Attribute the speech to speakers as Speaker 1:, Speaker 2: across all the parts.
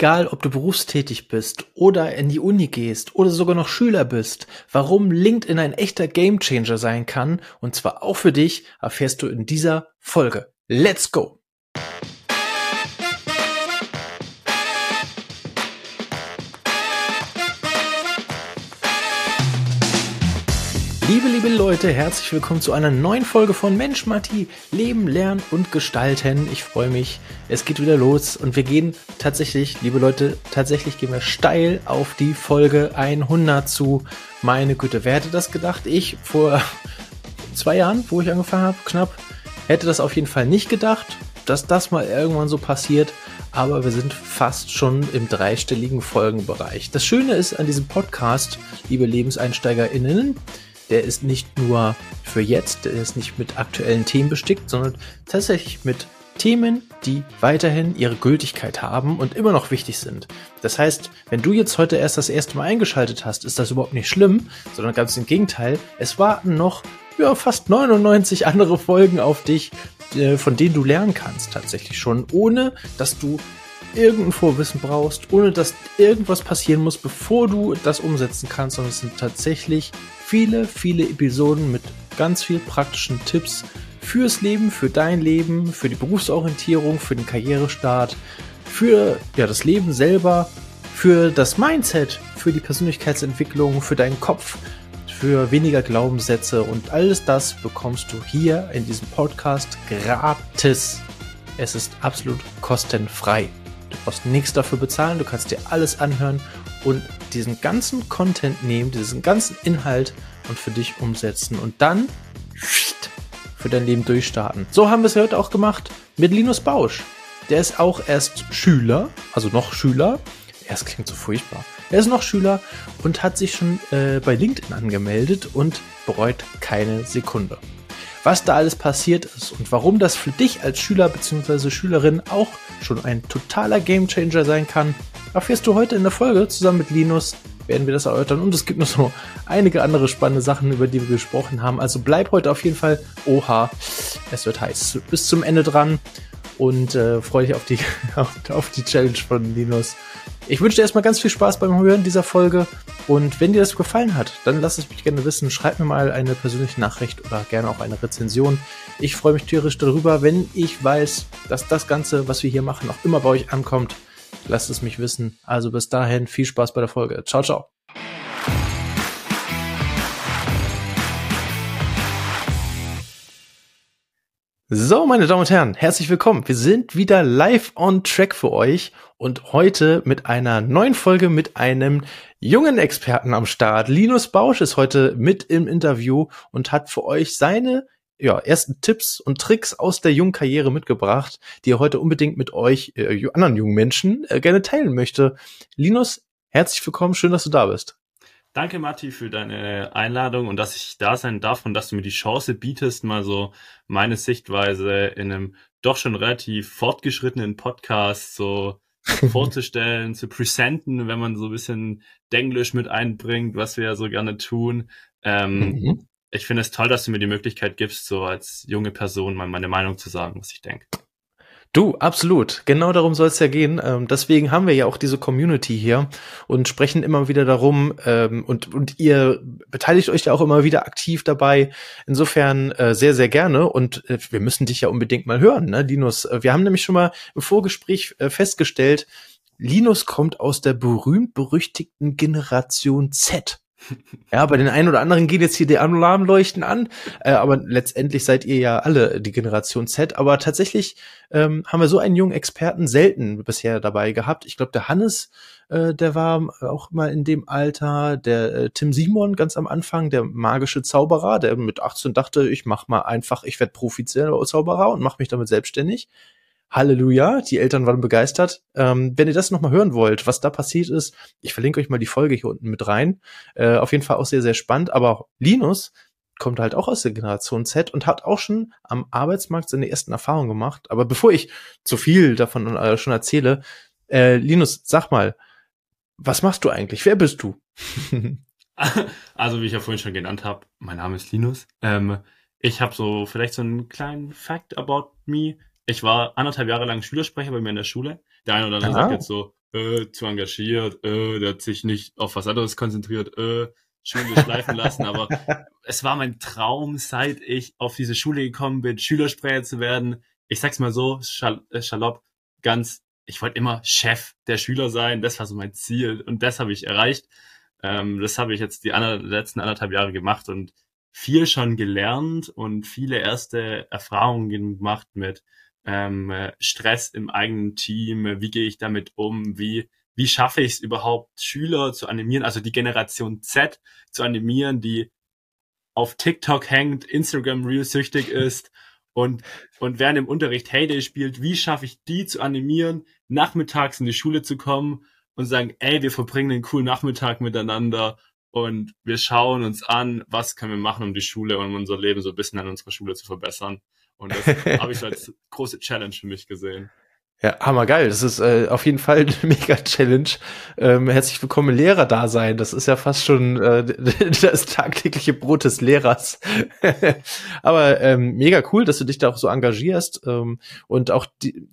Speaker 1: Egal, ob du berufstätig bist oder in die Uni gehst oder sogar noch Schüler bist, warum LinkedIn ein echter Gamechanger sein kann, und zwar auch für dich, erfährst du in dieser Folge. Let's go! Liebe Leute, herzlich willkommen zu einer neuen Folge von Mensch Matti, Leben, Lernen und Gestalten. Ich freue mich, es geht wieder los und wir gehen tatsächlich, liebe Leute, gehen wir steil auf die Folge 100 zu. Meine Güte, wer hätte das gedacht? Ich vor 2 Jahren, wo ich angefangen habe, knapp, hätte das auf jeden Fall nicht gedacht, dass das mal irgendwann so passiert. Aber wir sind fast schon im 3-stelligen Folgenbereich. Das Schöne ist an diesem Podcast, liebe LebenseinsteigerInnen, der ist nicht nur für jetzt, der ist nicht mit aktuellen Themen bestickt, sondern tatsächlich mit Themen, die weiterhin ihre Gültigkeit haben und immer noch wichtig sind. Das heißt, wenn du jetzt heute erst das erste Mal eingeschaltet hast, ist das überhaupt nicht schlimm, sondern ganz im Gegenteil. Es warten noch fast 99 andere Folgen auf dich, von denen du lernen kannst tatsächlich schon, ohne dass du irgendein Vorwissen brauchst, ohne dass irgendwas passieren muss, bevor du das umsetzen kannst, sondern es sind tatsächlich viele Episoden mit ganz viel praktischen Tipps fürs Leben, für dein Leben, für die Berufsorientierung, für den Karrierestart, für das Leben selber, für das Mindset, für die Persönlichkeitsentwicklung, für deinen Kopf, für weniger Glaubenssätze, und alles das bekommst du hier in diesem Podcast gratis. Es ist absolut kostenfrei. Du brauchst nichts dafür bezahlen, du kannst dir alles anhören und diesen ganzen Content nehmen, diesen ganzen Inhalt und für dich umsetzen und dann für dein Leben durchstarten. So haben wir es heute auch gemacht mit Linus Bausch. Der ist auch erst Schüler, also noch Schüler. Das klingt so furchtbar. Er ist noch Schüler und hat sich schon bei LinkedIn angemeldet und bereut keine Sekunde. Was da alles passiert ist und warum das für dich als Schüler bzw. Schülerin auch schon ein totaler Gamechanger sein kann, erfährst du heute in der Folge. Zusammen mit Linus werden wir das erörtern, und es gibt noch so einige andere spannende Sachen, über die wir gesprochen haben. Also bleib heute auf jeden Fall, es wird heiß, bis zum Ende dran und freue dich auf die Challenge von Linus. Ich wünsche dir erstmal ganz viel Spaß beim Hören dieser Folge, und wenn dir das gefallen hat, dann lass es mich gerne wissen. Schreib mir mal eine persönliche Nachricht oder gerne auch eine Rezension. Ich freue mich tierisch darüber, wenn ich weiß, dass das Ganze, was wir hier machen, auch immer bei euch ankommt. Lasst es mich wissen. Also bis dahin, viel Spaß bei der Folge. Ciao, ciao. So, meine Damen und Herren, herzlich willkommen. Wir sind wieder live on track für euch und heute mit einer neuen Folge mit einem jungen Experten am Start. Linus Bausch ist heute mit im Interview und hat für euch seine ersten Tipps und Tricks aus der jungen Karriere mitgebracht, die er heute unbedingt mit euch, anderen jungen Menschen, gerne teilen möchte. Linus, herzlich willkommen, schön, dass du da bist.
Speaker 2: Danke, Matti, für deine Einladung und dass ich da sein darf und dass du mir die Chance bietest, mal so meine Sichtweise in einem doch schon relativ fortgeschrittenen Podcast so vorzustellen, zu presenten, wenn man so ein bisschen Denglisch mit einbringt, was wir ja so gerne tun. Ich finde es toll, dass du mir die Möglichkeit gibst, so als junge Person mal meine Meinung zu sagen, was ich denke.
Speaker 1: Du, absolut. Genau darum soll es ja gehen. Deswegen haben wir ja auch diese Community hier und sprechen immer wieder darum, und ihr beteiligt euch ja auch immer wieder aktiv dabei. Insofern sehr, sehr gerne, und wir müssen dich ja unbedingt mal hören, ne, Linus? Wir haben nämlich schon mal im Vorgespräch festgestellt, Linus kommt aus der berühmt-berüchtigten Generation Z. Ja, bei den einen oder anderen gehen jetzt hier die Alarmleuchten an, aber letztendlich seid ihr ja alle die Generation Z. Aber tatsächlich haben wir so einen jungen Experten selten bisher dabei gehabt. Ich glaube, der Hannes, der war auch mal in dem Alter, der Tim Simon ganz am Anfang, der magische Zauberer, der mit 18 dachte, ich werde Profi-Zauberer und mache mich damit selbstständig. Halleluja, die Eltern waren begeistert. Wenn ihr das nochmal hören wollt, was da passiert ist, ich verlinke euch mal die Folge hier unten mit rein. Auf jeden Fall auch sehr, sehr spannend. Aber Linus kommt halt auch aus der Generation Z und hat auch schon am Arbeitsmarkt seine ersten Erfahrungen gemacht. Aber bevor ich zu viel davon schon erzähle, Linus, sag mal, was machst du eigentlich? Wer bist du?
Speaker 2: Also, wie ich ja vorhin schon genannt habe, mein Name ist Linus. Ich habe vielleicht so einen kleinen Fact about me. Ich war 1,5 Jahre lang Schülersprecher bei mir in der Schule. Der eine oder andere sagt jetzt so, zu engagiert, der hat sich nicht auf was anderes konzentriert, Schule schleifen lassen, aber es war mein Traum, seit ich auf diese Schule gekommen bin, Schülersprecher zu werden. Ich sag's mal so, salopp, ich wollte immer Chef der Schüler sein, das war so mein Ziel und das habe ich erreicht. Das habe ich jetzt die letzten 1,5 Jahre gemacht und viel schon gelernt und viele erste Erfahrungen gemacht mit Stress im eigenen Team, wie gehe ich damit um, wie schaffe ich es überhaupt, Schüler zu animieren, also die Generation Z zu animieren, die auf TikTok hängt, Instagram Reels süchtig ist und während im Unterricht Heyday spielt, wie schaffe ich die zu animieren, nachmittags in die Schule zu kommen und sagen, ey, wir verbringen einen coolen Nachmittag miteinander und wir schauen uns an, was können wir machen, um die Schule und unser Leben so ein bisschen an unserer Schule zu verbessern. Und das habe ich so als große Challenge für mich gesehen.
Speaker 1: Ja, hammergeil. Das ist auf jeden Fall eine Mega-Challenge. Herzlich willkommen Lehrer-Dasein. Das ist ja fast schon das tagtägliche Brot des Lehrers. Aber mega cool, dass du dich da auch so engagierst und auch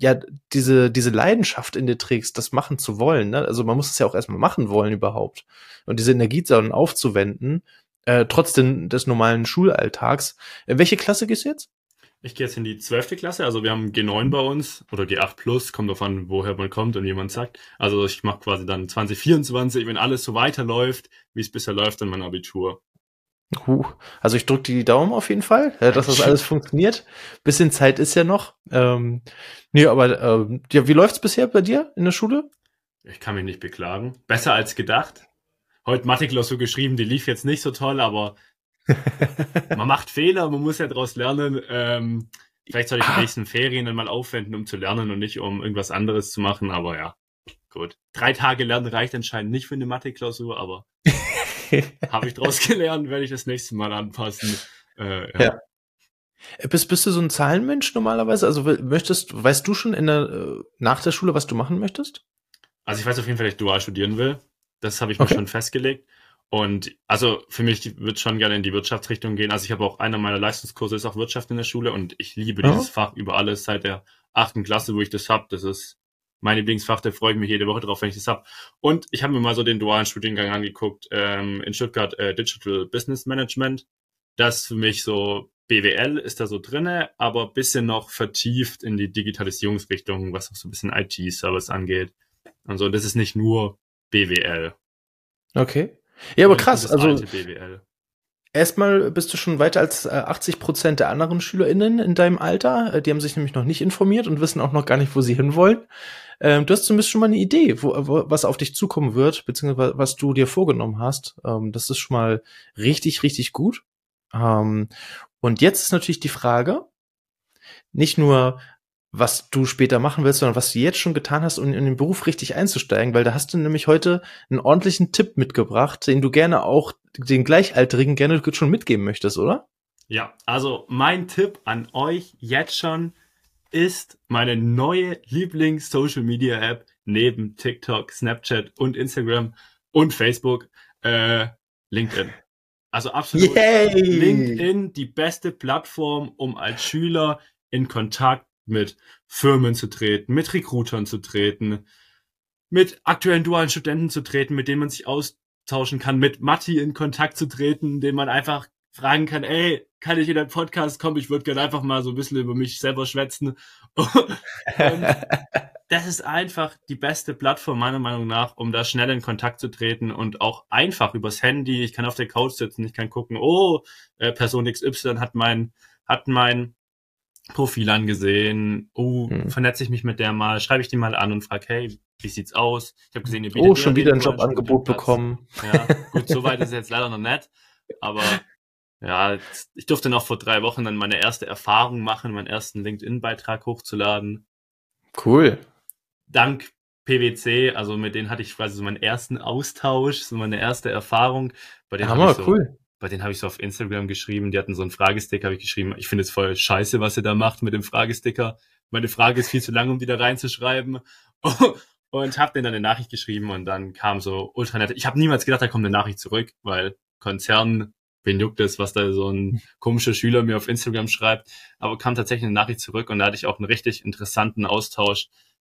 Speaker 1: diese Leidenschaft in dir trägst, das machen zu wollen. Ne? Also man muss es ja auch erstmal machen wollen überhaupt. Und diese Energie dann aufzuwenden, trotz des normalen Schulalltags. Welche Klasse gehst du jetzt?
Speaker 2: Ich gehe jetzt in die 12. Klasse, also wir haben G9 bei uns oder G8 plus, kommt drauf an, woher man kommt und wie man sagt. Also ich mache quasi dann 2024, wenn alles so weiterläuft, wie es bisher läuft, dann mein Abitur.
Speaker 1: Also ich drücke dir die Daumen auf jeden Fall, dass das alles funktioniert. Bisschen Zeit ist ja noch. Nee, aber ja, wie läuft's bisher bei dir in der Schule?
Speaker 2: Ich kann mich nicht beklagen. Besser als gedacht. Heute Mathe-Klausur geschrieben, die lief jetzt nicht so toll, aber man macht Fehler, man muss ja daraus lernen. Vielleicht soll ich die nächsten Ferien dann mal aufwenden, um zu lernen und nicht um irgendwas anderes zu machen. Aber ja, gut. 3 Tage lernen reicht anscheinend nicht für eine Mathe-Klausur, aber habe ich daraus gelernt, werde ich das nächste Mal anpassen.
Speaker 1: Ja. Bist du so ein Zahlenmensch normalerweise? Also weißt du schon nach der Schule, was du machen möchtest?
Speaker 2: Also ich weiß auf jeden Fall, dass ich dual studieren will. Das habe ich mir schon festgelegt. Und also für mich wird schon gerne in die Wirtschaftsrichtung gehen. Also ich habe auch einer meiner Leistungskurse ist auch Wirtschaft in der Schule und ich liebe dieses Fach über alles seit der 8. Klasse, wo ich das hab. Das ist mein Lieblingsfach, da freue ich mich jede Woche drauf, wenn ich das hab. Und ich habe mir mal so den dualen Studiengang angeguckt in Stuttgart, Digital Business Management. Das für mich so BWL ist da so drinne, aber ein bisschen noch vertieft in die Digitalisierungsrichtung, was auch so ein bisschen IT-Service angeht. Also das ist nicht nur BWL.
Speaker 1: Okay. Ja, aber krass, also
Speaker 2: BWL.
Speaker 1: Erstmal bist du schon weiter als 80% der anderen SchülerInnen in deinem Alter. Die haben sich nämlich noch nicht informiert und wissen auch noch gar nicht, wo sie hinwollen. Du hast zumindest schon mal eine Idee, was auf dich zukommen wird, beziehungsweise was du dir vorgenommen hast. Das ist schon mal richtig, richtig gut. Und jetzt ist natürlich die Frage, nicht nur, was du später machen willst, sondern was du jetzt schon getan hast, um in den Beruf richtig einzusteigen, weil da hast du nämlich heute einen ordentlichen Tipp mitgebracht, den du gerne auch den Gleichaltrigen gerne schon mitgeben möchtest, oder?
Speaker 2: Ja, also mein Tipp an euch jetzt schon ist meine neue Lieblings-Social-Media-App neben TikTok, Snapchat und Instagram und Facebook, LinkedIn. Also absolut LinkedIn, die beste Plattform, um als Schüler in Kontakt mit Firmen zu treten, mit Recruitern zu treten, mit aktuellen dualen Studenten zu treten, mit denen man sich austauschen kann, mit Matti in Kontakt zu treten, den man einfach fragen kann, ey, kann ich in deinen Podcast kommen? Ich würde gerne einfach mal so ein bisschen über mich selber schwätzen. Und das ist einfach die beste Plattform meiner Meinung nach, um da schnell in Kontakt zu treten und auch einfach übers Handy. Ich kann auf der Couch sitzen, ich kann gucken, Person XY hat mein Profil angesehen, vernetze ich mich mit der mal, schreibe ich die mal an und frage, hey, wie sieht's aus? Ich habe gesehen, ihr bietet
Speaker 1: schon wieder ein Jobangebot bekommen.
Speaker 2: Ja, gut, soweit ist es jetzt leider noch nicht, aber ja, ich durfte noch vor 3 Wochen dann meine erste Erfahrung machen, meinen ersten LinkedIn-Beitrag hochzuladen.
Speaker 1: Cool.
Speaker 2: Dank PwC, also mit denen hatte ich quasi so meinen ersten Austausch, so meine erste Erfahrung. Bei denen habe ich so auf Instagram geschrieben, die hatten so einen Fragesticker, habe ich geschrieben, ich finde es voll scheiße, was ihr da macht mit dem Fragesticker. Meine Frage ist viel zu lang, um die da reinzuschreiben. Und habe denen dann eine Nachricht geschrieben und dann kam so ultra nett. Ich habe niemals gedacht, da kommt eine Nachricht zurück, weil Konzern, wen juckt es, was da so ein komischer Schüler mir auf Instagram schreibt. Aber kam tatsächlich eine Nachricht zurück und da hatte ich auch einen richtig interessanten Austausch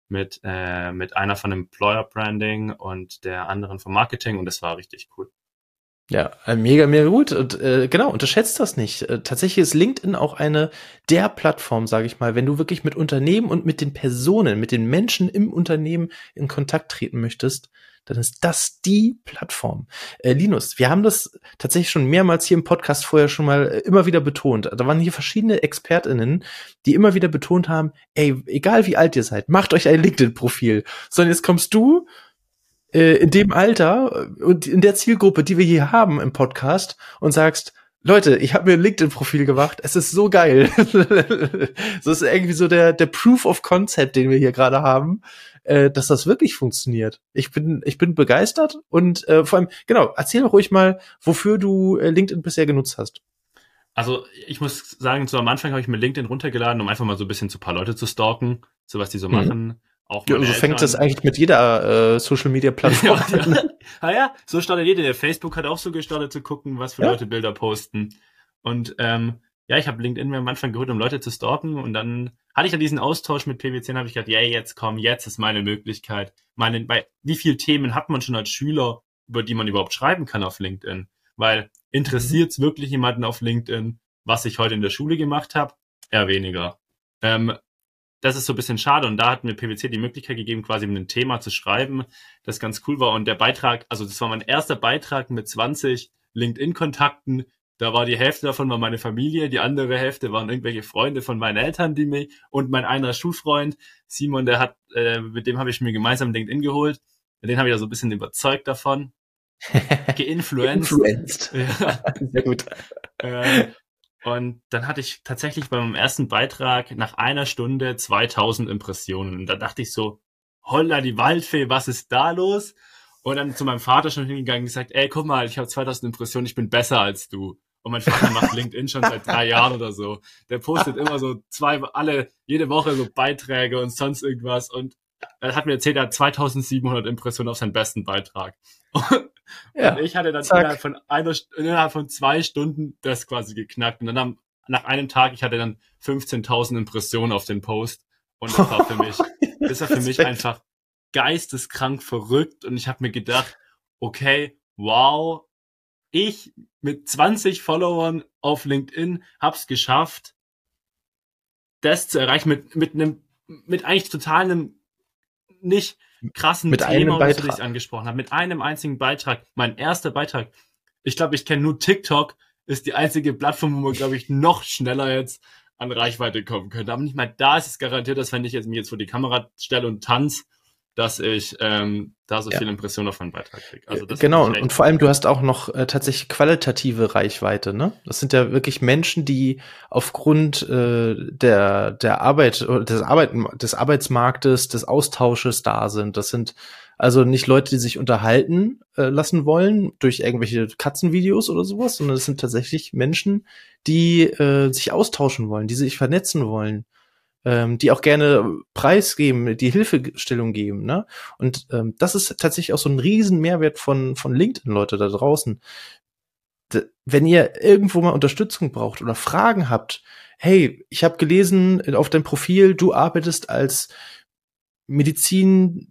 Speaker 2: mit einer von Employer Branding und der anderen vom Marketing, und das war richtig cool.
Speaker 1: Ja, mega, mega gut. Und genau, unterschätzt das nicht. Tatsächlich ist LinkedIn auch eine der Plattform, sage ich mal, wenn du wirklich mit Unternehmen und mit den Personen, mit den Menschen im Unternehmen in Kontakt treten möchtest, dann ist das die Plattform. Linus, wir haben das tatsächlich schon mehrmals hier im Podcast vorher schon mal immer wieder betont. Da waren hier verschiedene ExpertInnen, die immer wieder betont haben, ey, egal wie alt ihr seid, macht euch ein LinkedIn-Profil. Sondern jetzt kommst du in dem Alter und in der Zielgruppe, die wir hier haben im Podcast und sagst, Leute, ich habe mir ein LinkedIn-Profil gemacht, es ist so geil. Das ist irgendwie so der Proof of Concept, den wir hier gerade haben, dass das wirklich funktioniert. Ich bin begeistert und vor allem, genau, erzähl doch ruhig mal, wofür du LinkedIn bisher genutzt hast.
Speaker 2: Also ich muss sagen, so am Anfang habe ich mir LinkedIn runtergeladen, um einfach mal so ein bisschen so ein paar Leute zu stalken, so was die so machen. Auch
Speaker 1: ja, so fängt das eigentlich mit jeder Social-Media-Plattform an.
Speaker 2: Ja. Ja, so startet jeder. Der Facebook hat auch so gestartet zu gucken, was für Leute Bilder posten. Und ich habe LinkedIn mir am Anfang geholt, um Leute zu stalken. Und dann hatte ich ja diesen Austausch mit PwC und habe ich gedacht, ja, jetzt ist meine Möglichkeit. Bei wie viele Themen hat man schon als Schüler, über die man überhaupt schreiben kann auf LinkedIn? Weil interessiert's wirklich jemanden auf LinkedIn, was ich heute in der Schule gemacht habe? Eher weniger. Das ist so ein bisschen schade, und da hat mir PwC die Möglichkeit gegeben, quasi mit einem Thema zu schreiben, das ganz cool war. Und der Beitrag, also das war mein erster Beitrag mit 20 LinkedIn-Kontakten. Da war die Hälfte davon war meine Familie, die andere Hälfte waren irgendwelche Freunde von meinen Eltern, die mich, und mein einer Schulfreund, Simon, mit dem habe ich mir gemeinsam LinkedIn geholt. Den habe ich da so ein bisschen überzeugt davon. Geinfluenced. Ja.
Speaker 1: Sehr gut.
Speaker 2: Und dann hatte ich tatsächlich bei meinem ersten Beitrag nach einer Stunde 2000 Impressionen. Und da dachte ich so, holla die Waldfee, was ist da los? Und dann zu meinem Vater schon hingegangen und gesagt, ey, guck mal, ich habe 2000 Impressionen, ich bin besser als du. Und mein Vater macht LinkedIn schon seit 3 Jahren oder so. Der postet immer so jede Woche so Beiträge und sonst irgendwas. Und er hat mir erzählt, er hat 2700 Impressionen auf seinen besten Beitrag. Und ich hatte dann innerhalb von 2 Stunden das quasi geknackt. Und dann nach einem Tag, ich hatte dann 15.000 Impressionen auf den Post. Und das war für mich einfach geisteskrank verrückt. Und ich habe mir gedacht, okay, wow, ich mit 20 Followern auf LinkedIn hab's geschafft, das zu erreichen mit eigentlich total einem nicht krassen
Speaker 1: mit
Speaker 2: Thema, was ich angesprochen habe, mit einem einzigen Beitrag. Mein erster Beitrag. Ich glaube, ich kenne nur TikTok, ist die einzige Plattform, wo man, glaube ich, noch schneller jetzt an Reichweite kommen könnte. Aber nicht mal da ist es garantiert, dass wenn ich mich jetzt vor die Kamera stelle und tanze, dass ich da so viele Impressionen auf meinen Beitrag kriege. Also das
Speaker 1: genau, und vor allem, du hast auch noch tatsächlich qualitative Reichweite, ne? Das sind ja wirklich Menschen, die aufgrund der Arbeit, des Arbeitsmarktes, des Austausches da sind. Das sind also nicht Leute, die sich unterhalten lassen wollen durch irgendwelche Katzenvideos oder sowas, sondern das sind tatsächlich Menschen, die sich austauschen wollen, die sich vernetzen wollen, die auch gerne preisgeben, die Hilfestellung geben, ne? Und das ist tatsächlich auch so ein riesen Mehrwert von LinkedIn, Leute da draußen. Wenn ihr irgendwo mal Unterstützung braucht oder Fragen habt, hey, ich habe gelesen auf deinem Profil, du arbeitest als medizintechnische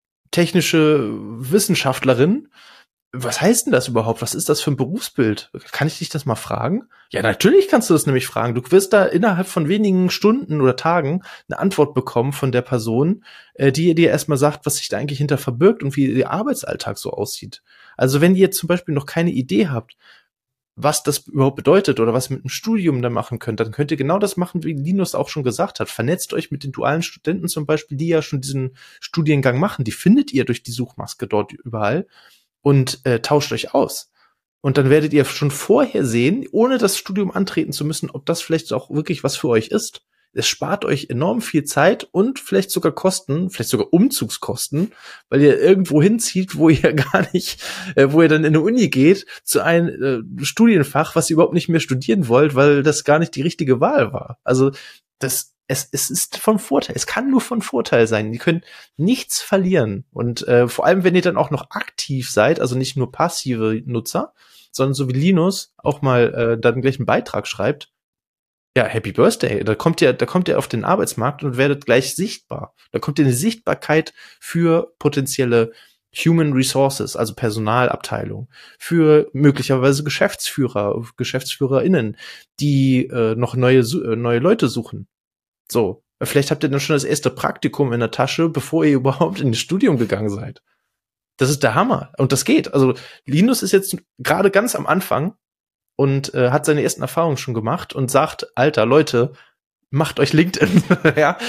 Speaker 1: Wissenschaftlerin. Was heißt denn das überhaupt? Was ist das für ein Berufsbild? Kann ich dich das mal fragen? Ja, natürlich kannst du das nämlich fragen. Du wirst da innerhalb von wenigen Stunden oder Tagen eine Antwort bekommen von der Person, die dir erstmal sagt, was sich da eigentlich hinter verbirgt und wie ihr Arbeitsalltag so aussieht. Also wenn ihr zum Beispiel noch keine Idee habt, was das überhaupt bedeutet oder was ihr mit einem Studium da machen könnt, dann könnt ihr genau das machen, wie Linus auch schon gesagt hat. Vernetzt euch mit den dualen Studenten zum Beispiel, die ja schon diesen Studiengang machen. Die findet ihr durch die Suchmaske dort überall. Und tauscht euch aus. Und dann werdet ihr schon vorher sehen, ohne das Studium antreten zu müssen, ob das vielleicht auch wirklich was für euch ist. Es spart euch enorm viel Zeit und vielleicht sogar Kosten, vielleicht sogar Umzugskosten, weil ihr irgendwo hinzieht, wo ihr gar nicht, wo ihr dann in eine Uni geht, zu einem Studienfach, was ihr überhaupt nicht mehr studieren wollt, weil das gar nicht die richtige Wahl war. Also es ist von Vorteil. Es kann nur von Vorteil sein. Ihr könnt nichts verlieren. Und vor allem, wenn ihr dann auch noch aktiv seid, also nicht nur passive Nutzer, sondern so wie Linus auch mal dann gleich einen Beitrag schreibt, Ja, Happy Birthday. Da kommt ihr auf den Arbeitsmarkt und werdet gleich sichtbar. Da kommt ihr eine Sichtbarkeit für potenzielle Human Resources, also Personalabteilung, für möglicherweise Geschäftsführer, GeschäftsführerInnen, die noch neue Leute suchen. So, vielleicht habt ihr dann schon das erste Praktikum in der Tasche, bevor ihr überhaupt in das Studium gegangen seid. Das ist der Hammer. Und das geht. Also Linus ist jetzt gerade ganz am Anfang und hat seine ersten Erfahrungen schon gemacht und sagt, Alter, Leute, macht euch LinkedIn. Ja.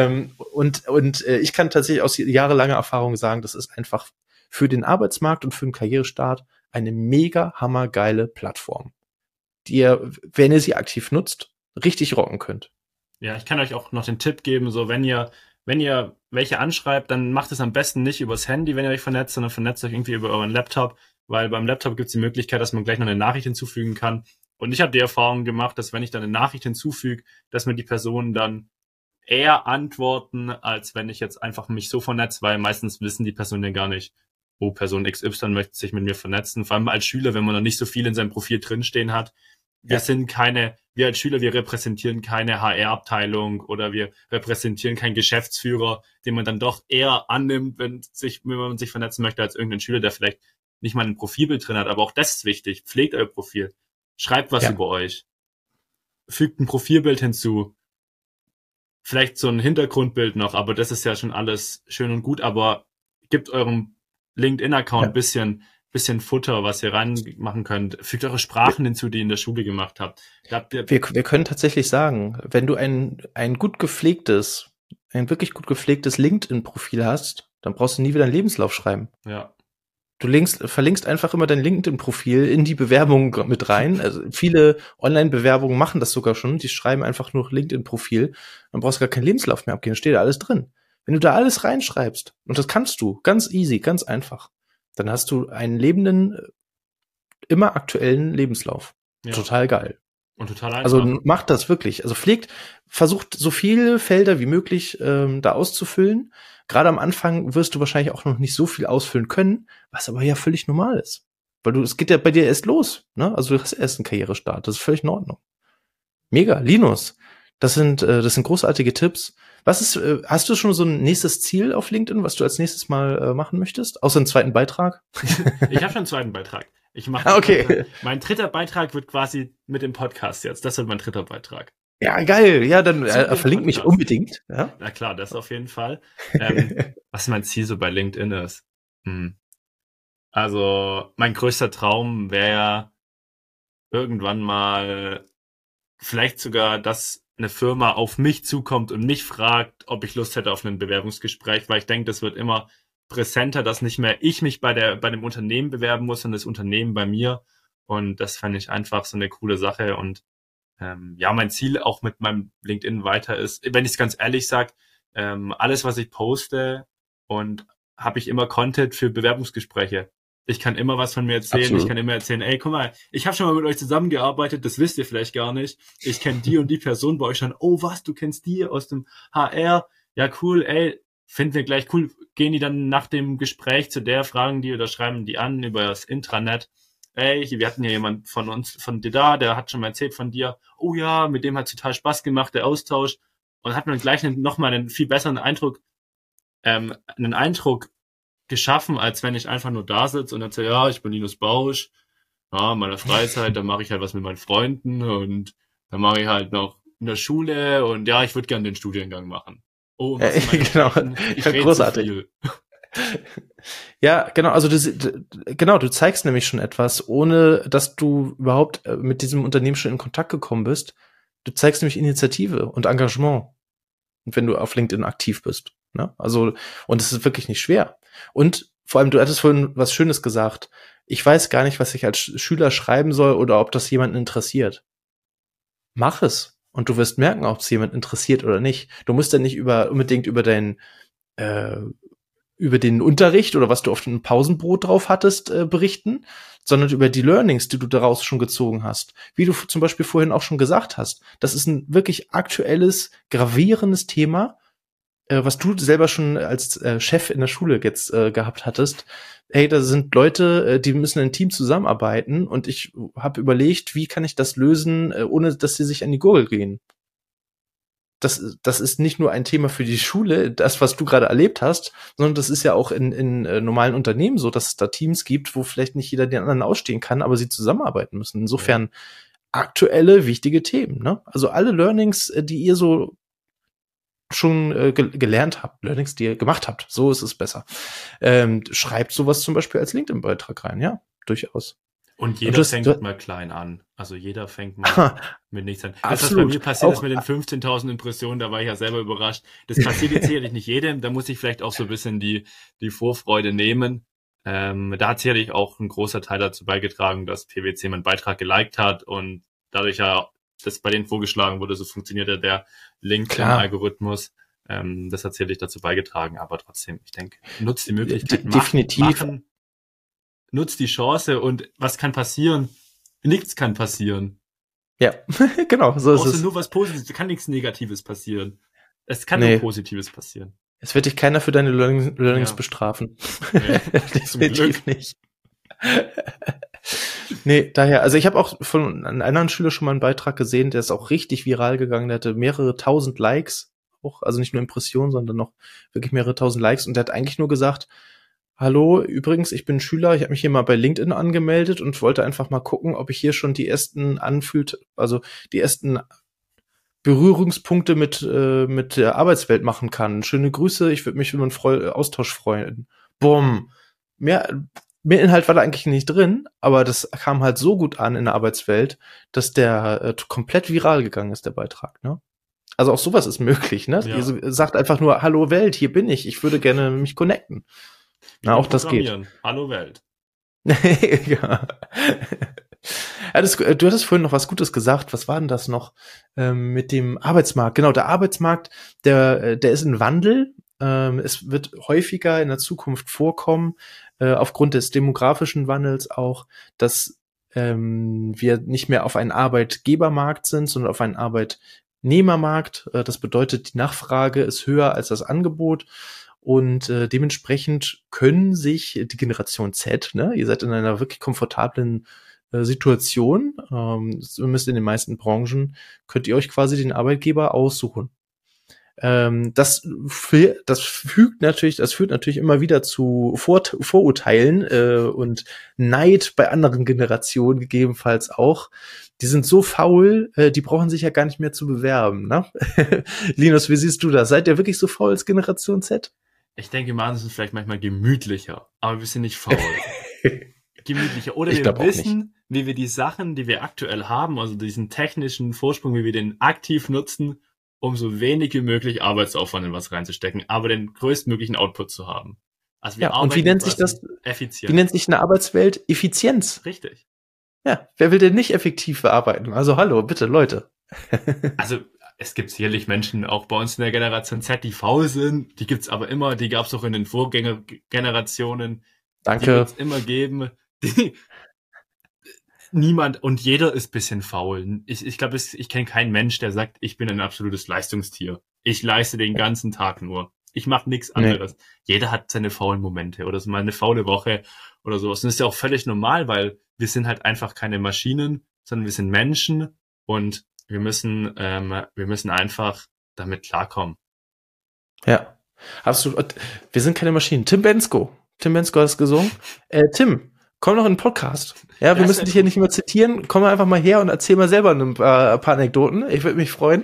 Speaker 1: Ich kann tatsächlich aus jahrelanger Erfahrung sagen, das ist einfach für den Arbeitsmarkt und für den Karrierestart eine mega hammergeile Plattform, die ihr, wenn ihr sie aktiv nutzt, richtig rocken könnt.
Speaker 2: Ja, ich kann euch auch noch den Tipp geben, so wenn ihr welche anschreibt, dann macht es am besten nicht übers Handy, wenn ihr euch vernetzt, sondern vernetzt euch irgendwie über euren Laptop, weil beim Laptop gibt es die Möglichkeit, dass man gleich noch eine Nachricht hinzufügen kann. Und ich habe die Erfahrung gemacht, dass wenn ich dann eine Nachricht hinzufüge, dass mir die Personen dann eher antworten, als wenn ich jetzt einfach mich so vernetze, weil meistens wissen die Personen ja gar nicht, oh, Person XY möchte sich mit mir vernetzen. Vor allem als Schüler, wenn man noch nicht so viel in seinem Profil drinstehen hat. Wir als Schüler, wir repräsentieren keine HR-Abteilung oder wir repräsentieren keinen Geschäftsführer, den man dann doch eher annimmt, wenn man sich vernetzen möchte, als irgendein Schüler, der vielleicht nicht mal ein Profilbild drin hat. Aber auch das ist wichtig. Pflegt euer Profil. Schreibt was über euch. Fügt ein Profilbild hinzu. Vielleicht so ein Hintergrundbild noch, aber das ist ja schon alles schön und gut, aber gebt eurem LinkedIn-Account bisschen Futter, was ihr reinmachen könnt. Fügt eure Sprachen hinzu, die ihr in der Schule gemacht habt.
Speaker 1: Wir können tatsächlich sagen, wenn du ein wirklich gut gepflegtes LinkedIn-Profil hast, dann brauchst du nie wieder einen Lebenslauf schreiben.
Speaker 2: Ja.
Speaker 1: Du verlinkst einfach immer dein LinkedIn-Profil in die Bewerbung mit rein. Also viele Online-Bewerbungen machen das sogar schon. Die schreiben einfach nur LinkedIn-Profil. Dann brauchst du gar keinen Lebenslauf mehr abgeben. Da steht da alles drin. Wenn du da alles reinschreibst, und das kannst du, ganz easy, ganz einfach, dann hast du einen lebenden, immer aktuellen Lebenslauf. Ja. Total geil.
Speaker 2: Und total einfach.
Speaker 1: Also macht das wirklich. Also versucht so viele Felder wie möglich da auszufüllen. Gerade am Anfang wirst du wahrscheinlich auch noch nicht so viel ausfüllen können, was aber ja völlig normal ist. Weil es geht ja bei dir erst los, ne? Also du hast erst einen Karrierestart. Das ist völlig in Ordnung. Mega, Linus. Das sind großartige Tipps. Hast du schon so ein nächstes Ziel auf LinkedIn, was du als nächstes mal machen möchtest? Außer einen zweiten Beitrag?
Speaker 2: Ich habe schon einen zweiten Beitrag.
Speaker 1: Okay.
Speaker 2: Mein dritter Beitrag wird quasi mit dem Podcast jetzt. Das wird mein dritter Beitrag.
Speaker 1: Ja, geil. Ja, dann verlink mich unbedingt. Ja?
Speaker 2: Na klar, das auf jeden Fall. Was mein Ziel so bei LinkedIn ist. Also mein größter Traum wäre irgendwann mal vielleicht sogar, dass eine Firma auf mich zukommt und mich fragt, ob ich Lust hätte auf ein Bewerbungsgespräch, weil ich denke, das wird immer präsenter, dass nicht mehr ich mich bei dem Unternehmen bewerben muss, sondern das Unternehmen bei mir. Und das fände ich einfach so eine coole Sache. Und mein Ziel auch mit meinem LinkedIn weiter ist, wenn ich es ganz ehrlich sage, alles, was ich poste, und habe ich immer Content für Bewerbungsgespräche. Ich kann immer was von mir erzählen. Absolut. Ich kann immer erzählen, ey, guck mal, ich habe schon mal mit euch zusammengearbeitet, das wisst ihr vielleicht gar nicht. Ich kenne die und die Person bei euch schon. Oh, was, du kennst die aus dem HR? Ja, cool, ey, finden wir gleich cool. Gehen die dann nach dem Gespräch zu der, fragen die oder schreiben die an über das Intranet. Ey, wir hatten ja jemand von dir da, der hat schon mal erzählt von dir. Oh ja, mit dem hat total Spaß gemacht, der Austausch. Und hat man gleich nochmal einen viel besseren Eindruck geschaffen, als wenn ich einfach nur da sitze und erzähle, ja, ich bin Linus Bausch, ja, in meiner Freizeit, dann mache ich halt was mit meinen Freunden und dann mache ich halt noch in der Schule und ja, ich würde gerne den Studiengang machen. Oh,
Speaker 1: genau,
Speaker 2: ich rede großartig. Zu viel.
Speaker 1: Ja, genau, also du zeigst nämlich schon etwas, ohne dass du überhaupt mit diesem Unternehmen schon in Kontakt gekommen bist. Du zeigst nämlich Initiative und Engagement. Und wenn du auf LinkedIn aktiv bist. Ne? Also, und es ist wirklich nicht schwer. Und vor allem, du hattest vorhin was Schönes gesagt. Ich weiß gar nicht, was ich als Schüler schreiben soll oder ob das jemanden interessiert. Mach es. Und du wirst merken, ob es jemand interessiert oder nicht. Du musst ja nicht unbedingt über den Unterricht oder was du auf dem Pausenbrot drauf hattest, berichten, sondern über die Learnings, die du daraus schon gezogen hast. Wie du zum Beispiel vorhin auch schon gesagt hast. Das ist ein wirklich aktuelles, gravierendes Thema. was du selber schon als Chef in der Schule jetzt gehabt hattest. Hey, da sind Leute, die müssen in Team zusammenarbeiten und ich habe überlegt, wie kann ich das lösen, ohne dass sie sich an die Gurgel gehen. Das ist nicht nur ein Thema für die Schule, das, was du gerade erlebt hast, sondern das ist ja auch in normalen Unternehmen so, dass es da Teams gibt, wo vielleicht nicht jeder den anderen ausstehen kann, aber sie zusammenarbeiten müssen. Insofern aktuelle, wichtige Themen, ne? Also alle Learnings, die ihr so schon gelernt habt, Learnings, die ihr gemacht habt, so ist es besser. Schreibt sowas zum Beispiel als LinkedIn-Beitrag rein, ja, durchaus.
Speaker 2: Und jeder fängt mal klein an. Also jeder fängt mal mit nichts an. Das, was bei mir passiert ist mit den 15.000 Impressionen, da war ich ja selber überrascht. Das passiert jetzt sicherlich nicht jedem. Da muss ich vielleicht auch so ein bisschen die Vorfreude nehmen. Da hat sicherlich auch ein großer Teil dazu beigetragen, dass PwC meinen Beitrag geliked hat und dadurch ja das bei denen vorgeschlagen wurde, so funktioniert ja der LinkedIn-Algorithmus. Das hat sicherlich dazu beigetragen, aber trotzdem, ich denke, nutzt die Möglichkeit,
Speaker 1: definitiv.
Speaker 2: Nutzt die Chance und was kann passieren? Nichts kann passieren.
Speaker 1: Ja, genau, so ist es.
Speaker 2: Nur was Positives, kann nichts Negatives passieren. Es kann nur Positives passieren.
Speaker 1: Es wird dich keiner für deine Learnings bestrafen. Nee, definitiv nicht. Nee, daher, also ich habe auch von einem anderen Schüler schon mal einen Beitrag gesehen, der ist auch richtig viral gegangen, der hatte mehrere tausend Likes, auch, also nicht nur Impressionen, sondern noch wirklich mehrere tausend Likes und der hat eigentlich nur gesagt, hallo, übrigens, ich bin Schüler, ich habe mich hier mal bei LinkedIn angemeldet und wollte einfach mal gucken, ob ich hier schon die ersten die ersten Berührungspunkte mit der Arbeitswelt machen kann. Schöne Grüße, ich würde mich über einen Austausch freuen. Bumm. Mehr Inhalt war da eigentlich nicht drin, aber das kam halt so gut an in der Arbeitswelt, dass der komplett viral gegangen ist, der Beitrag, ne? Also auch sowas ist möglich, ne? Ja. Ihr sagt einfach nur, hallo Welt, hier bin ich würde gerne mich connecten. Na, auch das geht.
Speaker 2: Hallo Welt.
Speaker 1: Ja. Du hattest vorhin noch was Gutes gesagt. Was war denn das noch mit dem Arbeitsmarkt? Genau, der Arbeitsmarkt, der ist in Wandel. Es wird häufiger in der Zukunft vorkommen, aufgrund des demografischen Wandels auch, dass wir nicht mehr auf einen Arbeitgebermarkt sind, sondern auf einen Arbeitnehmermarkt. Das bedeutet, die Nachfrage ist höher als das Angebot. Und dementsprechend können sich die Generation Z, ne, ihr seid in einer wirklich komfortablen Situation, zumindest in den meisten Branchen, könnt ihr euch quasi den Arbeitgeber aussuchen. Das führt natürlich immer wieder zu Vorurteilen und Neid bei anderen Generationen gegebenenfalls auch. Die sind so faul, die brauchen sich ja gar nicht mehr zu bewerben, ne? Linus, wie siehst du das? Seid ihr wirklich so faul als Generation Z?
Speaker 2: Ich denke, wir sind vielleicht manchmal gemütlicher, aber wir sind nicht faul. Gemütlicher. Oder wir wissen, wie wir die Sachen, die wir aktuell haben, also diesen technischen Vorsprung, wie wir den aktiv nutzen, um so wenig wie möglich Arbeitsaufwand in was reinzustecken, aber den größtmöglichen Output zu haben. Also wir
Speaker 1: und wie nennt sich das?
Speaker 2: Effizient.
Speaker 1: Wie nennt sich eine Arbeitswelt? Effizienz.
Speaker 2: Richtig.
Speaker 1: Ja, wer will denn nicht effektiv arbeiten? Also hallo, bitte, Leute.
Speaker 2: Also es gibt sicherlich Menschen, auch bei uns in der Generation Z, die faul sind. Die gibt's aber immer. Die gab's auch in den Vorgängergenerationen.
Speaker 1: Danke.
Speaker 2: Die wird's immer geben. Niemand und jeder ist bisschen faul. Ich glaube, ich kenne keinen Mensch, der sagt, ich bin ein absolutes Leistungstier. Ich leiste den ganzen Tag nur. Ich mache nichts anderes. Nee. Jeder hat seine faulen Momente oder so mal eine faule Woche oder sowas. Und das ist ja auch völlig normal, weil wir sind halt einfach keine Maschinen, sondern wir sind Menschen und wir müssen einfach damit klarkommen.
Speaker 1: Ja, absolut. Wir sind keine Maschinen. Tim Bensko hat es gesungen. Tim, komm noch in den Podcast. Ja, wir müssen dich hier nicht mehr zitieren. Komm einfach mal her und erzähl mal selber ein paar Anekdoten. Ich würde mich freuen.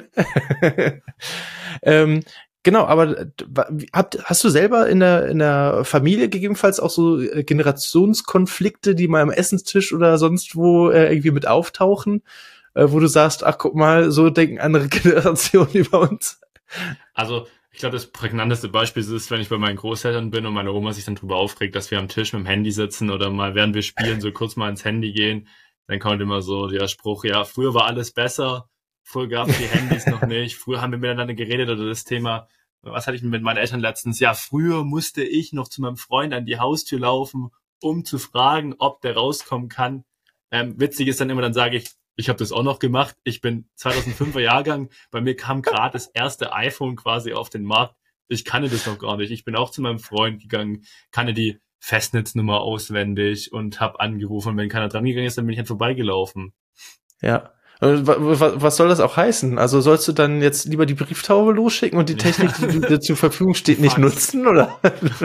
Speaker 1: Genau, aber hast du selber in der Familie gegebenenfalls auch so Generationskonflikte, die mal am Essenstisch oder sonst wo irgendwie mit auftauchen, wo du sagst, ach guck mal, so denken andere Generationen über uns?
Speaker 2: Also ich glaube, das prägnanteste Beispiel ist, wenn ich bei meinen Großeltern bin und meine Oma sich dann drüber aufregt, dass wir am Tisch mit dem Handy sitzen oder mal, während wir spielen, so kurz mal ins Handy gehen. Dann kommt immer so der Spruch, ja, früher war alles besser, früher gab es die Handys noch nicht, früher haben wir miteinander geredet oder das Thema, was hatte ich mit meinen Eltern letztens? Ja, früher musste ich noch zu meinem Freund an die Haustür laufen, um zu fragen, ob der rauskommen kann. Witzig ist dann immer, dann sage ich habe das auch noch gemacht. Ich bin 2005er Jahrgang. Bei mir kam gerade das erste iPhone quasi auf den Markt. ich kannte das noch gar nicht. Ich bin auch zu meinem Freund gegangen, kannte die Festnetznummer auswendig und habe angerufen. Und wenn keiner dran gegangen ist, dann bin ich halt vorbeigelaufen.
Speaker 1: Ja. Was soll das auch heißen? Also sollst du dann jetzt lieber die Brieftaube losschicken und die Technik, die dir zur Verfügung steht, nicht nutzen, oder?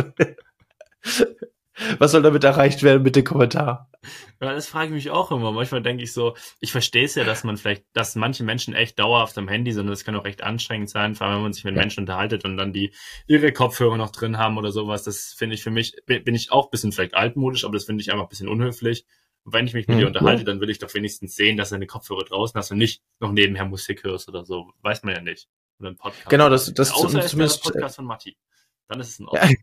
Speaker 1: Was soll damit erreicht werden mit dem Kommentar?
Speaker 2: Ja, das frage ich mich auch immer. Manchmal denke ich so, ich verstehe es ja, dass manche Menschen echt dauerhaft am Handy sind und das kann auch recht anstrengend sein, vor allem wenn man sich mit Menschen unterhaltet und dann die ihre Kopfhörer noch drin haben oder sowas. Das finde ich für mich, bin ich auch ein bisschen vielleicht altmodisch, aber das finde ich einfach ein bisschen unhöflich. Und wenn ich mich mit dir unterhalte, dann will ich doch wenigstens sehen, dass du deine Kopfhörer draußen hast und nicht noch nebenher Musik hörst oder so. Weiß man ja nicht. Oder ein Podcast.
Speaker 1: Genau, das
Speaker 2: außer es
Speaker 1: zumindest
Speaker 2: der Podcast von Matti. Dann ist es in Ordnung.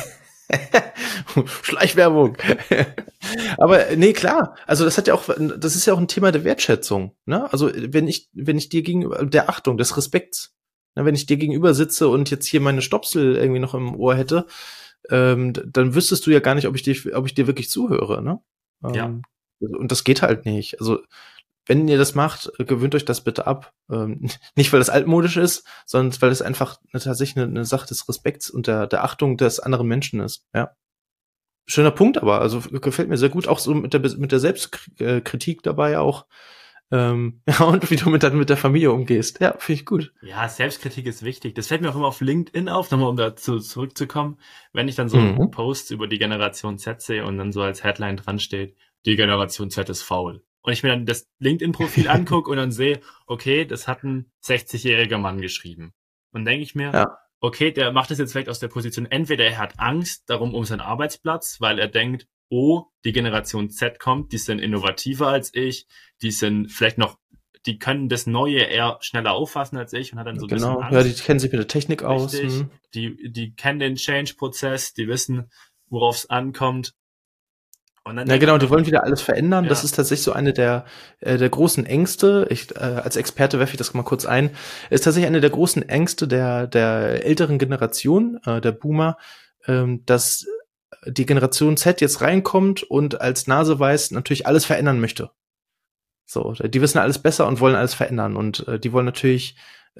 Speaker 1: Schleichwerbung. Aber nee, klar. Also das ist ja auch ein Thema der Wertschätzung, ne? Also wenn ich dir gegenüber, der Achtung, des Respekts, ne? Wenn ich dir gegenüber sitze und jetzt hier meine Stopsel irgendwie noch im Ohr hätte, dann wüsstest du ja gar nicht, ob ich dir wirklich zuhöre, ne?
Speaker 2: Ja.
Speaker 1: Und das geht halt nicht. Also wenn ihr das macht, gewöhnt euch das bitte ab. Nicht, weil das altmodisch ist, sondern weil es einfach tatsächlich eine Sache des Respekts und der Achtung des anderen Menschen ist. Ja. Schöner Punkt aber, also gefällt mir sehr gut, auch so mit der Selbstkritik dabei auch. Ja, und wie du mit der Familie umgehst. Ja, finde ich gut.
Speaker 2: Ja, Selbstkritik ist wichtig. Das fällt mir auch immer auf LinkedIn auf, nochmal um dazu zurückzukommen, wenn ich dann so Posts über die Generation Z sehe und dann so als Headline dran steht, die Generation Z ist faul. Und ich mir dann das LinkedIn-Profil angucke und dann sehe, okay, das hat ein 60-jähriger Mann geschrieben. Und denke ich mir, okay, der macht das jetzt vielleicht aus der Position, entweder er hat Angst darum um seinen Arbeitsplatz, weil er denkt, oh, die Generation Z kommt, die sind innovativer als ich, die sind vielleicht noch, die können das Neue eher schneller auffassen als ich und hat dann so ein bisschen Angst.
Speaker 1: Ja, die kennen sich mit der Technik aus.
Speaker 2: Die kennen den Change-Prozess, die wissen, worauf es ankommt.
Speaker 1: Und dann genau, die wollen wieder alles verändern. Ja. Das ist tatsächlich so eine der großen Ängste. Als Experte werfe ich das mal kurz ein. Ist tatsächlich eine der großen Ängste der älteren Generation, der Boomer, dass die Generation Z jetzt reinkommt und als Naseweiß natürlich alles verändern möchte. So, die wissen alles besser und wollen alles verändern. Und die wollen natürlich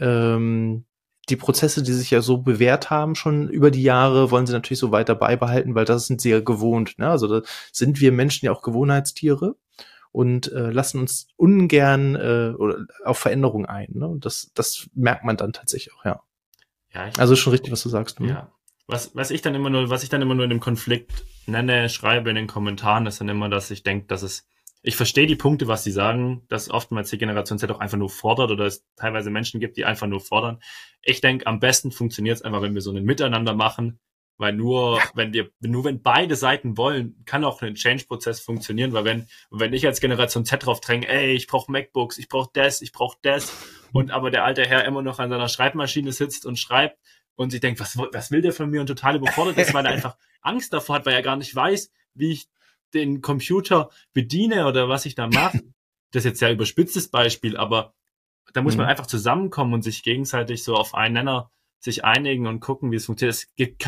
Speaker 1: die Prozesse, die sich ja so bewährt haben schon über die Jahre, wollen sie natürlich so weiter beibehalten, weil das sind sie ja gewohnt. Ne? Also da sind wir Menschen ja auch Gewohnheitstiere und lassen uns ungern oder auf Veränderung ein. Ne? Und das merkt man dann tatsächlich auch, ja. Also schon richtig, was du sagst. Ne?
Speaker 2: Ja. Was ich dann immer nur in dem Konflikt nenne, schreibe in den Kommentaren, ist dann immer, dass ich denke, ich verstehe die Punkte, was sie sagen, dass oftmals die Generation Z auch einfach nur fordert oder es teilweise Menschen gibt, die einfach nur fordern. Ich denke, am besten funktioniert es einfach, wenn wir so ein Miteinander machen, weil nur wenn beide Seiten wollen, kann auch ein Change-Prozess funktionieren, weil wenn ich als Generation Z drauf dränge, ich brauche MacBooks, ich brauche das und aber der alte Herr immer noch an seiner Schreibmaschine sitzt und schreibt und sich denkt, was will der von mir und total überfordert ist, weil er einfach Angst davor hat, weil er gar nicht weiß, wie ich den Computer bediene oder was ich da mache. Das ist jetzt ja überspitztes Beispiel, aber da muss man einfach zusammenkommen und sich gegenseitig so auf einen Nenner sich einigen und gucken, wie es funktioniert.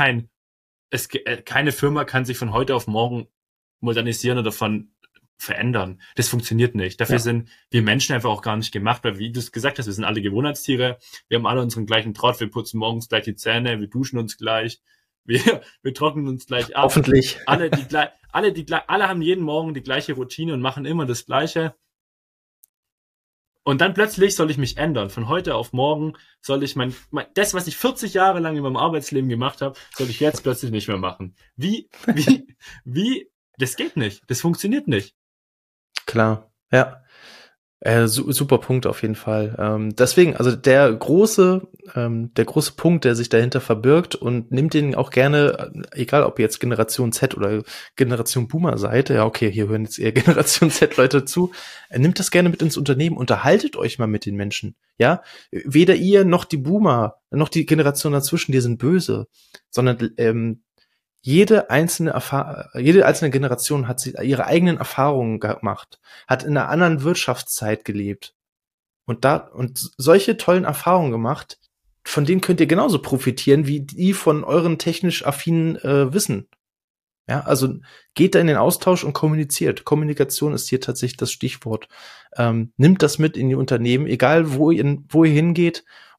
Speaker 2: Keine Firma kann sich von heute auf morgen modernisieren oder verändern. Das funktioniert nicht. Dafür sind wir Menschen einfach auch gar nicht gemacht, weil wie du es gesagt hast, wir sind alle Gewohnheitstiere, wir haben alle unseren gleichen Trott, wir putzen morgens gleich die Zähne, wir duschen uns gleich, wir trocknen uns gleich ab.
Speaker 1: Hoffentlich.
Speaker 2: Alle haben jeden Morgen die gleiche Routine und machen immer das Gleiche. Und dann plötzlich soll ich mich ändern. Von heute auf morgen soll ich das, was ich 40 Jahre lang in meinem Arbeitsleben gemacht habe, soll ich jetzt plötzlich nicht mehr machen. Wie, das geht nicht. Das funktioniert nicht.
Speaker 1: Klar, ja. Super Punkt auf jeden Fall. Deswegen, also der große Punkt, der sich dahinter verbirgt und nimmt den auch gerne, egal ob ihr jetzt Generation Z oder Generation Boomer seid, ja okay, hier hören jetzt eher Generation Z Leute zu, nimmt das gerne mit ins Unternehmen, unterhaltet euch mal mit den Menschen, ja. Weder ihr noch die Boomer, noch die Generation dazwischen, die sind böse, sondern jede einzelne Generation hat ihre eigenen Erfahrungen gemacht, hat in einer anderen Wirtschaftszeit gelebt und solche tollen Erfahrungen gemacht, von denen könnt ihr genauso profitieren wie die von euren technisch affinen Wissen. Ja, also geht da in den Austausch und kommuniziert. Kommunikation ist hier tatsächlich das Stichwort. Nimmt das mit in die Unternehmen, egal wo ihr hingeht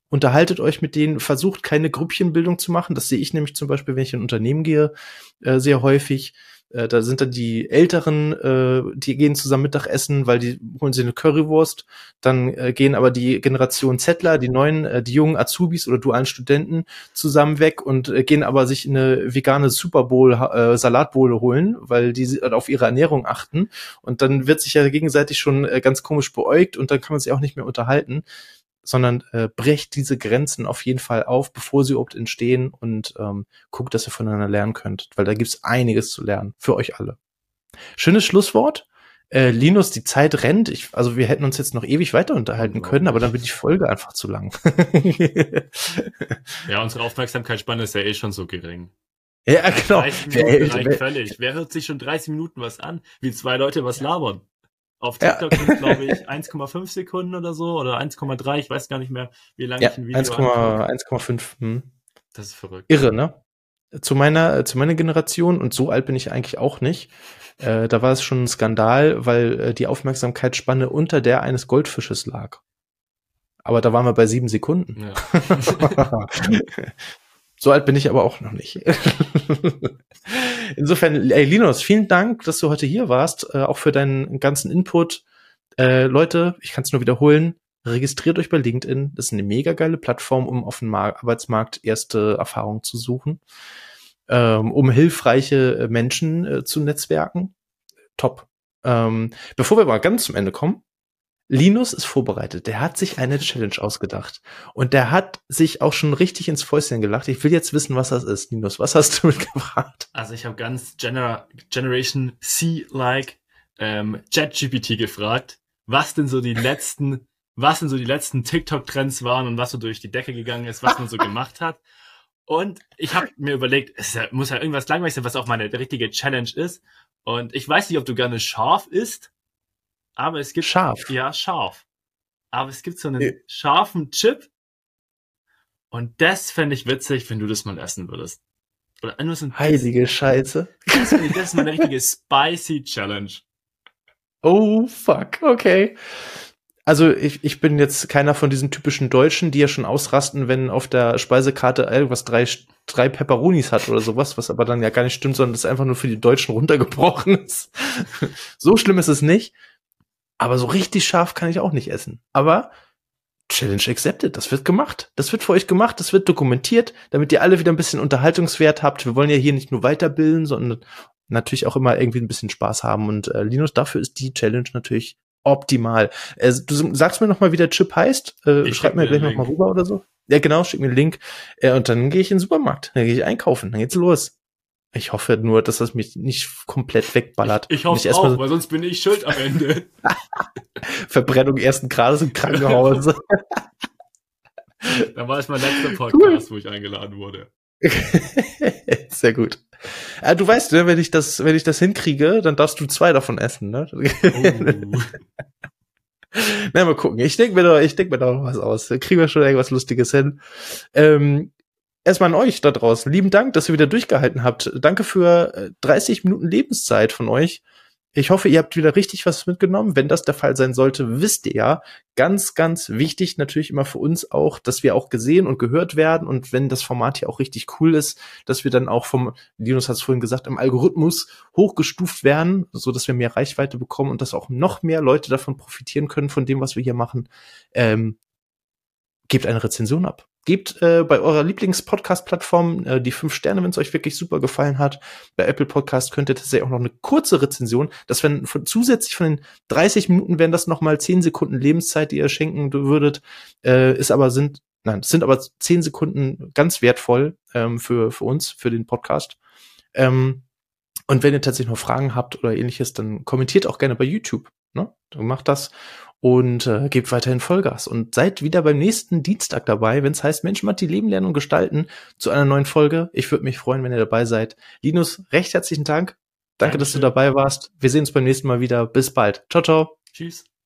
Speaker 1: unterhaltet euch mit denen, versucht keine Grüppchenbildung zu machen. Das sehe ich nämlich zum Beispiel, wenn ich in ein Unternehmen gehe, sehr häufig. Da sind dann die Älteren, die gehen zusammen Mittagessen, weil die holen sich eine Currywurst. Dann gehen aber die Generation Zettler, die neuen, die jungen Azubis oder dualen Studenten zusammen weg und gehen aber sich eine vegane Super Bowl Salatbowle holen, weil die auf ihre Ernährung achten. Und dann wird sich ja gegenseitig schon ganz komisch beäugt und dann kann man sich auch nicht mehr unterhalten, sondern brecht diese Grenzen auf jeden Fall auf, bevor sie überhaupt entstehen und guckt, dass ihr voneinander lernen könnt, weil da gibt's einiges zu lernen, für euch alle. Schönes Schlusswort. Linus, die Zeit rennt. Also wir hätten uns jetzt noch ewig weiter unterhalten können, aber dann wird die Folge einfach zu lang.
Speaker 2: Ja, unsere Aufmerksamkeitsspanne ist ja eh schon so gering.
Speaker 1: Ja, genau.
Speaker 2: 30 Minuten reicht völlig. Wer hört sich schon 30 Minuten was an, wie zwei Leute was labern? Auf TikTok sind, glaube ich, 1,5 Sekunden oder so, oder 1,3, ich weiß gar nicht mehr, wie lange ich ein Video
Speaker 1: 1,5.
Speaker 2: Das ist verrückt.
Speaker 1: Irre, ne? Zu meiner Generation, und so alt bin ich eigentlich auch nicht, da war es schon ein Skandal, weil die Aufmerksamkeitsspanne unter der eines Goldfisches lag. Aber da waren wir bei 7 Sekunden. Ja. So alt bin ich aber auch noch nicht. Insofern, Linus, vielen Dank, dass du heute hier warst, auch für deinen ganzen Input. Leute, ich kann es nur wiederholen, registriert euch bei LinkedIn. Das ist eine mega geile Plattform, um auf dem Arbeitsmarkt erste Erfahrungen zu suchen, um hilfreiche Menschen zu netzwerken. Top. Bevor wir mal ganz zum Ende kommen, Linus ist vorbereitet. Der hat sich eine Challenge ausgedacht. Und der hat sich auch schon richtig ins Fäustchen gelacht. Ich will jetzt wissen, was das ist. Linus, was hast du mitgebracht?
Speaker 2: Also ich habe ganz Generation C-like ChatGPT gefragt, was denn so die letzten TikTok-Trends waren und was so durch die Decke gegangen ist, was man so gemacht hat. Und ich habe mir überlegt, muss ja irgendwas langweilig sein, was auch meine richtige Challenge ist. Und ich weiß nicht, ob du gerne scharf isst. Aber es gibt
Speaker 1: scharf.
Speaker 2: Ja, scharf. Aber es gibt so einen scharfen Chip. Und das fände ich witzig, wenn du das mal essen würdest. Oder nur so ein
Speaker 1: heilige Scheiße.
Speaker 2: Das ist meine richtige Spicy Challenge.
Speaker 1: Oh, fuck. Okay. Also ich bin jetzt keiner von diesen typischen Deutschen, die ja schon ausrasten, wenn auf der Speisekarte irgendwas drei Pepperonis hat oder sowas, was aber dann ja gar nicht stimmt, sondern das einfach nur für die Deutschen runtergebrochen ist. So schlimm ist es nicht. Aber so richtig scharf kann ich auch nicht essen. Aber Challenge accepted. Das wird gemacht. Das wird für euch gemacht. Das wird dokumentiert, damit ihr alle wieder ein bisschen Unterhaltungswert habt. Wir wollen ja hier nicht nur weiterbilden, sondern natürlich auch immer irgendwie ein bisschen Spaß haben. Und Linus, dafür ist die Challenge natürlich optimal. Du sagst mir noch mal, wie der Chip heißt. Schreib mir gleich noch mal rüber oder so. Ja, genau. Schick mir den Link. Und dann gehe ich in den Supermarkt. Dann gehe ich einkaufen. Dann geht's los. Ich hoffe nur, dass das mich nicht komplett wegballert.
Speaker 2: Ich hoffe auch, weil sonst bin ich schuld am Ende.
Speaker 1: Verbrennung ersten Grades im Krankenhaus.
Speaker 2: Dann war es mein letzter Podcast, wo ich eingeladen wurde.
Speaker 1: Sehr gut. Du weißt, ne, wenn ich das hinkriege, dann darfst du 2 davon essen, ne? Na, mal gucken. Ich denk mir da noch was aus. Da kriegen wir schon irgendwas Lustiges hin. Erstmal an euch da draußen. Lieben Dank, dass ihr wieder durchgehalten habt. Danke für 30 Minuten Lebenszeit von euch. Ich hoffe, ihr habt wieder richtig was mitgenommen. Wenn das der Fall sein sollte, wisst ihr ja, ganz, ganz wichtig natürlich immer für uns auch, dass wir auch gesehen und gehört werden. Und wenn das Format hier auch richtig cool ist, dass wir dann auch Linus hat es vorhin gesagt, im Algorithmus hochgestuft werden, so dass wir mehr Reichweite bekommen und dass auch noch mehr Leute davon profitieren können, von dem, was wir hier machen. Gebt eine Rezension ab. Gebt bei eurer Lieblings-Podcast-Plattform die 5 Sterne, wenn es euch wirklich super gefallen hat. Bei Apple Podcast könnt ihr tatsächlich auch noch eine kurze Rezension. Das wären zusätzlich von den 30 Minuten wären das noch mal 10 Sekunden Lebenszeit, die ihr schenken würdet. Sind aber 10 Sekunden ganz wertvoll für uns, für den Podcast. Und wenn ihr tatsächlich noch Fragen habt oder ähnliches, dann kommentiert auch gerne bei YouTube. Ne? Dann macht das. Und gebt weiterhin Vollgas und seid wieder beim nächsten Dienstag dabei, wenn es heißt Mensch, Matti, Leben, Lernen und Gestalten zu einer neuen Folge. Ich würde mich freuen, wenn ihr dabei seid. Linus, recht herzlichen Dank. Danke, dass du dabei warst. Wir sehen uns beim nächsten Mal wieder. Bis bald. Ciao, ciao.
Speaker 2: Tschüss.